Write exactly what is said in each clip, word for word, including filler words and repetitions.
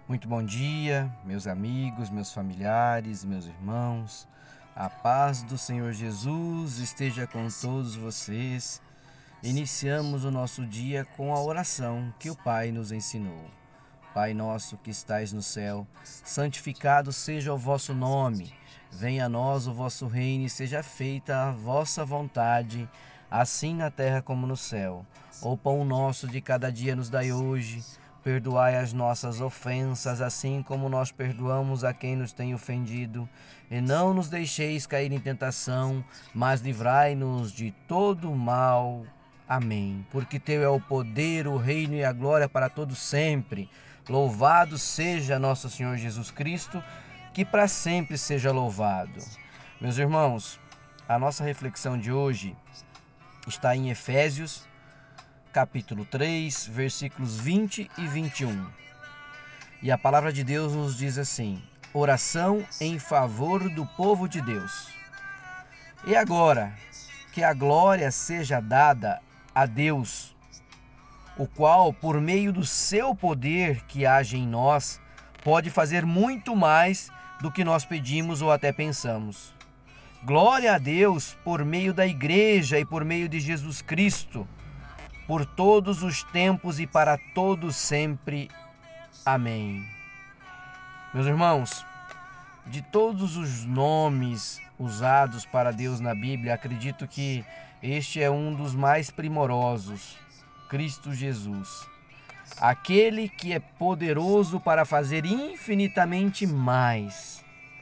Muito bom dia, meus amigos, meus familiares, meus irmãos. A paz do Senhor Jesus esteja com todos vocês. Iniciamos o nosso dia com a oração que o Pai nos ensinou. Pai nosso que estais no céu, santificado seja o vosso nome. Venha a nós o vosso reino e seja feita a vossa vontade, assim na terra como no céu. O pão nosso de cada dia nos dai hoje. Perdoai as nossas ofensas, assim como nós perdoamos a quem nos tem ofendido. E não nos deixeis cair em tentação, mas livrai-nos de todo o mal. Amém. Porque teu é o poder, o reino e a glória para todos sempre. Louvado seja nosso Senhor Jesus Cristo, que para sempre seja louvado. Meus irmãos, a nossa reflexão de hoje está em Efésios, capítulo três, versículos vinte e vinte e um. E a palavra de Deus nos diz assim: oração em favor do povo de Deus. E agora, que a glória seja dada a Deus, o qual, por meio do seu poder que age em nós, pode fazer muito mais do que nós pedimos ou até pensamos. Glória a Deus por meio da Igreja e por meio de Jesus Cristo, por todos os tempos e para todos sempre. Amém. Meus irmãos, de todos os nomes usados para Deus na Bíblia, acredito que este é um dos mais primorosos, Cristo Jesus. Aquele que é poderoso para fazer infinitamente mais.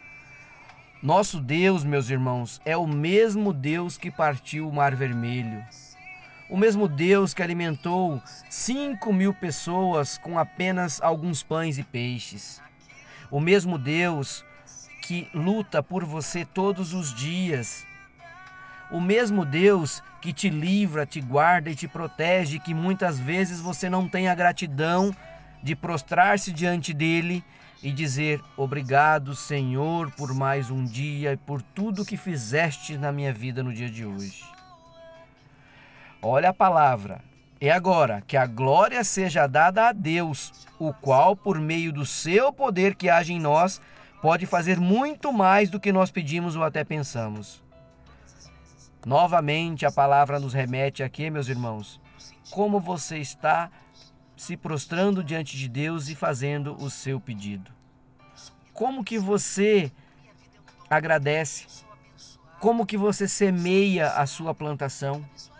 Nosso Deus, meus irmãos, é o mesmo Deus que partiu o Mar Vermelho. O mesmo Deus que alimentou cinco mil pessoas com apenas alguns pães e peixes. O mesmo Deus que luta por você todos os dias. O mesmo Deus que te livra, te guarda e te protege, que muitas vezes você não tem a gratidão de prostrar-se diante dele e dizer: obrigado, Senhor, por mais um dia e por tudo que fizeste na minha vida no dia de hoje. Olha a palavra. E agora, que a glória seja dada a Deus, o qual, por meio do seu poder que age em nós, pode fazer muito mais do que nós pedimos ou até pensamos. Novamente, a palavra nos remete aqui, meus irmãos, como você está se prostrando diante de Deus e fazendo o seu pedido. Como que você agradece? Como que você semeia a sua plantação?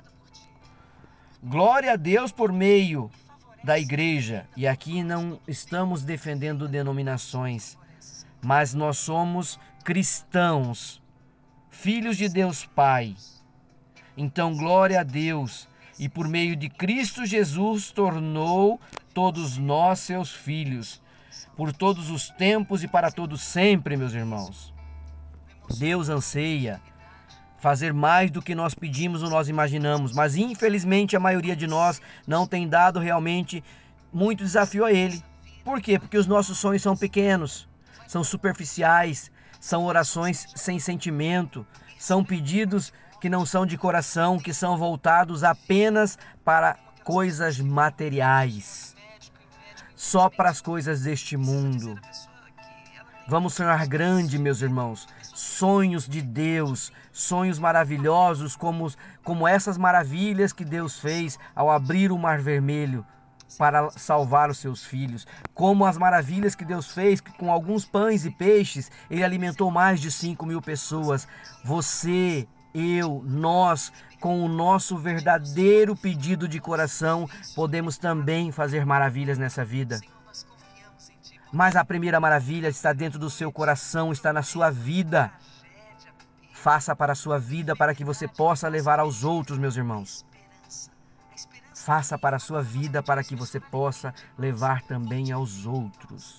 Glória a Deus por meio da igreja. E aqui não estamos defendendo denominações, mas nós somos cristãos, filhos de Deus Pai. Então, glória a Deus. E por meio de Cristo Jesus tornou todos nós seus filhos, por todos os tempos e para todos sempre, meus irmãos. Deus anseia fazer mais do que nós pedimos ou nós imaginamos, mas infelizmente a maioria de nós não tem dado realmente muito desafio a Ele. Por quê? Porque os nossos sonhos são pequenos, são superficiais, são orações sem sentimento, são pedidos que não são de coração, que são voltados apenas para coisas materiais, só para as coisas deste mundo. Vamos sonhar grande, meus irmãos, sonhos de Deus, sonhos maravilhosos como, como essas maravilhas que Deus fez ao abrir o Mar Vermelho para salvar os seus filhos, como as maravilhas que Deus fez, que com alguns pães e peixes Ele alimentou mais de cinco mil pessoas. Você, eu, nós, com o nosso verdadeiro pedido de coração, podemos também fazer maravilhas nessa vida. Mas a primeira maravilha está dentro do seu coração, está na sua vida. Faça para a sua vida para que você possa levar aos outros, meus irmãos. Faça para a sua vida para que você possa levar também aos outros.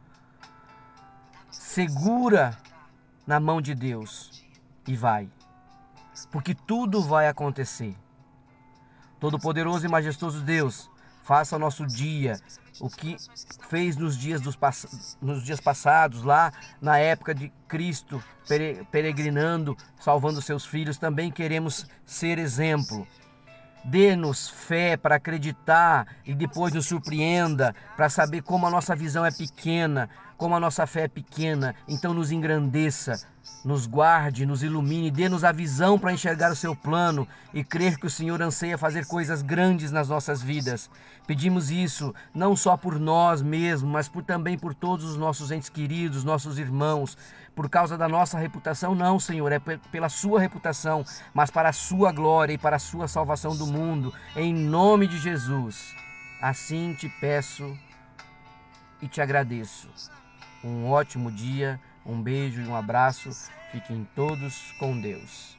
Segura na mão de Deus e vai, porque tudo vai acontecer. Todo-Poderoso e Majestoso Deus, faça o nosso dia o que fez nos dias, dos, nos dias passados, lá na época de Cristo, peregrinando, salvando seus filhos. Também queremos ser exemplo Dê-nos fé para acreditar e depois nos surpreenda, para saber como a nossa visão é pequena, como a nossa fé é pequena. Então nos engrandeça, nos guarde, nos ilumine, dê-nos a visão para enxergar o seu plano e crer que o Senhor anseia fazer coisas grandes nas nossas vidas. Pedimos isso não só por nós mesmos, mas por, também por todos os nossos entes queridos, nossos irmãos, por causa da nossa reputação. Não, Senhor, é pela sua reputação, mas para a sua glória e para a sua salvação do mundo, em nome de Jesus. Assim te peço e te agradeço. Um ótimo dia, um beijo e um abraço. Fiquem todos com Deus.